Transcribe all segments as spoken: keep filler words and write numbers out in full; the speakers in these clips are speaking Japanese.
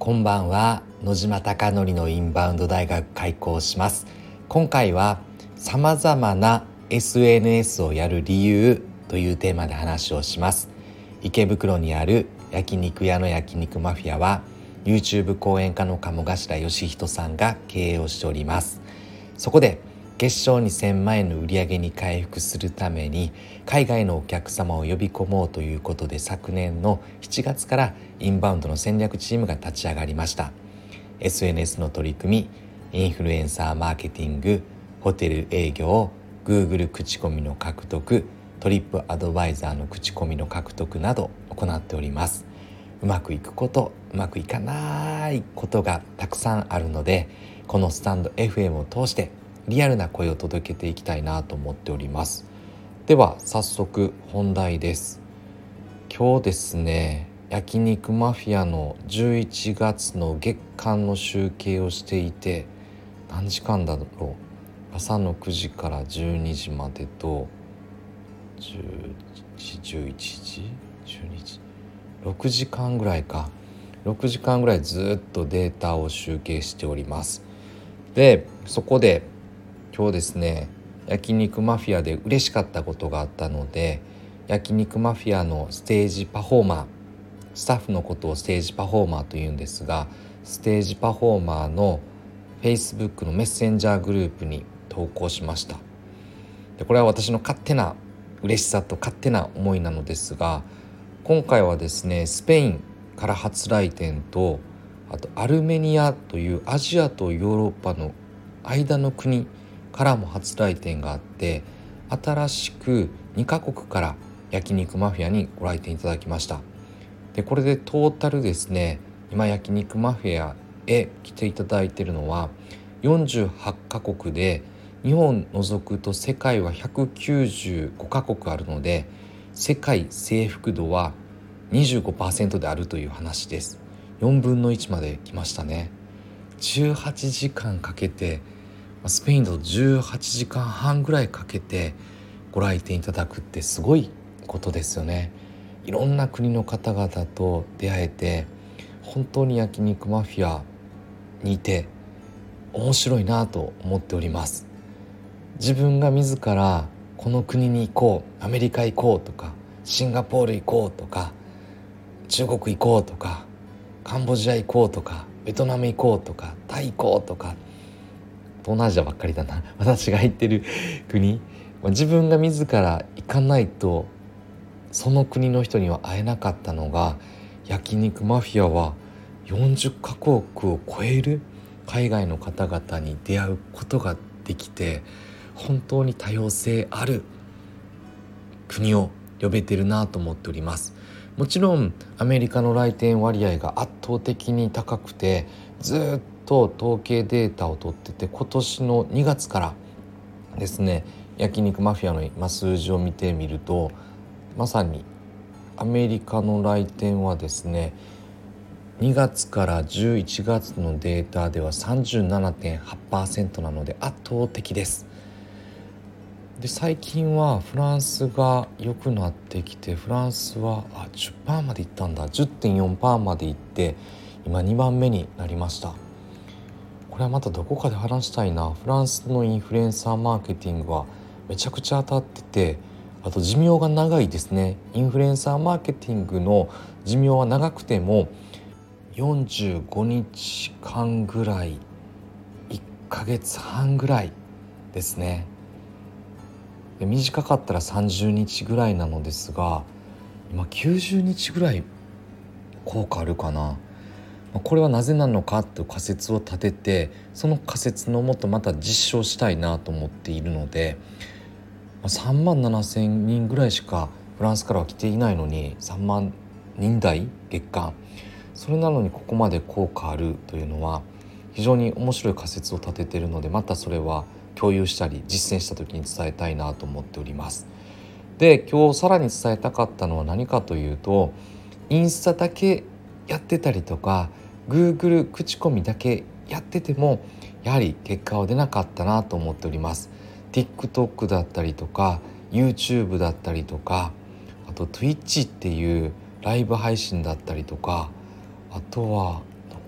こんばんは。野島貴則のインバウンド大学開講します。今回はさまざまな エスエヌエス をやる理由というテーマで話をします。池袋にある焼肉屋の焼肉マフィアは YouTube 講演家の鴨頭義人さんが経営をしております。そこで月賞にせんまんえんの売り上げに回復するために海外のお客様を呼び込もうということで、昨年のしちがつからインバウンドの戦略チームが立ち上がりました。 エスエヌエス の取り組み、インフルエンサーマーケティング、ホテル営業、 Google 口コミの獲得、トリップアドバイザーの口コミの獲得など行っております。うまくいくこと、うまくいかないことがたくさんあるので、このスタンド エフエム を通してリアルな声を届けていきたいなと思っております。では早速本題です。今日ですね、焼肉マフィアのじゅういちがつの月間の集計をしていて、何時間だろう、朝のくじからじゅうにじまでとじゅうじ、じゅういちじ、じゅうにじ、ろくじかんぐらいかろくじかんぐらいずっとデータを集計しております。でそこで今日ですね、焼肉マフィアで嬉しかったことがあったので、焼肉マフィアのステージパフォーマー、スタッフのことをステージパフォーマーというんですが、ステージパフォーマーの Facebook のメッセンジャーグループに投稿しました。でこれは私の勝手な嬉しさと勝手な思いなのですが、今回はですね、スペインから初来店と、あとアルメニアというアジアとヨーロッパの間の国からも初来店があって、新しくにカ国から焼肉マフィアにご来店いただきました。でこれでトータルですね、今焼肉マフィアへ来ていただいているのはよんじゅうはちカ国で、日本除くと世界はひゃくきゅうじゅうごカ国あるので、世界征服度は にじゅうごパーセント であるという話です。よんぶんのいちまで来ましたね。じゅうはちじかんかけて、スペインだとじゅうはちじかんはんぐらいかけてご来店いただくってすごいことですよね。いろんな国の方々と出会えて、本当に焼肉マフィアにいて面白いなと思っております。自分が自らこの国に行こう、アメリカ行こうとか、シンガポール行こうとか、中国行こうとか、カンボジア行こうとか、ベトナム行こうとか、タイ行こうとか、東南アジアばっかりだな私が行ってる国、自分が自ら行かないとその国の人には会えなかったのが、焼肉マフィアはよんじゅっカ国を超える海外の方々に出会うことができて、本当に多様性ある国を呼べてるなと思っております。もちろんアメリカの来店割合が圧倒的に高くて、ずっと統計データを取ってて、今年のにがつからですね、焼肉マフィアの今数字を見てみると、まさにアメリカの来店はですね、にがつからじゅういちがつのデータでは さんじゅうななてんはちパーセント なので圧倒的です。で最近はフランスが良くなってきて、フランスはあ じゅっパーセント までいったんだ じゅってんよんパーセント までいって、今にばんめになりました。これはまたどこかで話したいな。フランスのインフルエンサーマーケティングはめちゃくちゃ当たってて、あと寿命が長いですね。インフルエンサーマーケティングの寿命は長くてもよんじゅうごにちかんぐらい、いっかげつはんぐらいですね。で短かったらさんじゅうにちぐらいなのですが、今きゅうじゅうにちぐらい効果あるかな。これはなぜなのかという仮説を立てて、その仮説のもとまた実証したいなと思っているので、さんまんななせんにんぐらいしかフランスからは来ていないのに、さんまんにん台月間、それなのにここまで効果あるというのは非常に面白い仮説を立てているので、またそれは共有したり実践した時に伝えたいなと思っております。で今日さらに伝えたかったのは何かというと、インスタだけやってたりとか Google 口コミだけやっててもやはり結果は出なかったなと思っております。 TikTok だったりとか YouTube だったりとか、あと Twitch っていうライブ配信だったりとか、あとはどこ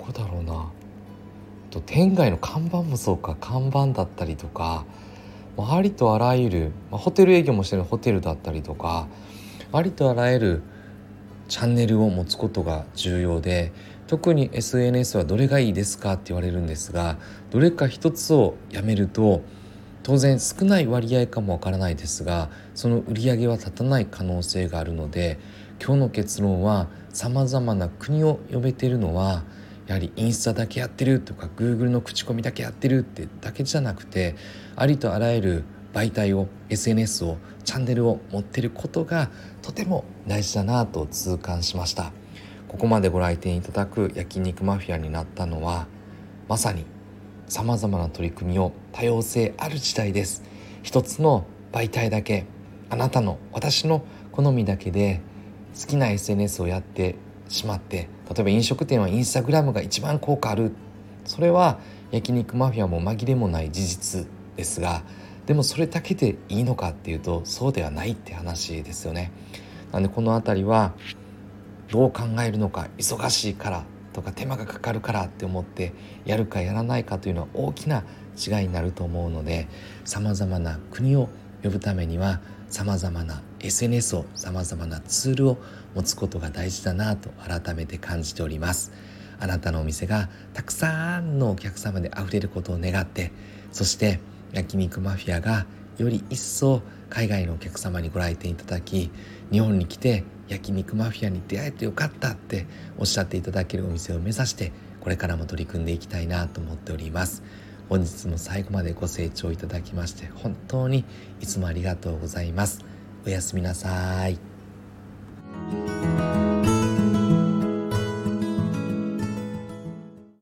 こだろうなと店外の看板もそうか、看板だったりとか、ありとあらゆる、まあ、ホテル営業もしてるホテルだったりとか、ありとあらゆるチャンネルを持つことが重要で、特に エスエヌエス はどれがいいですかって言われるんですが、どれか一つをやめると当然少ない割合かもわからないですが、その売り上げは立たない可能性があるので、今日の結論は、さまざまな国を呼べているのはやはりインスタだけやってるとか Google の口コミだけやってるってだけじゃなくて、ありとあらゆる媒体を エスエヌエス をチャンネルを持っていることがとても大事だなと痛感しました。ここまでご来店いただく焼肉マフィアになったのは、まさにさまざまな取り組みを多様性ある時代です。一つの媒体だけ、あなたの私の好みだけで好きな エスエヌエス をやってしまって、例えば飲食店はインスタグラムが一番効果ある、それは焼肉マフィアも紛れもない事実ですが、でもそれだけでいいのかっていうとそうではないって話ですよね。なのでこのあたりはどう考えるのか、忙しいからとか手間がかかるからって思ってやるかやらないかというのは大きな違いになると思うので、さまざまな国を呼ぶためにはさまざまな エスエヌエス を、さまざまなツールを持つことが大事だなと改めて感じております。あなたのお店がたくさんのお客様であふれることを願って、そして焼肉マフィアがより一層海外のお客様にご来店いただき、日本に来て焼肉マフィアに出会えてよかったっておっしゃっていただけるお店を目指してこれからも取り組んでいきたいなと思っております。本日も最後までご清聴いただきまして本当にいつもありがとうございます。おやすみなさい。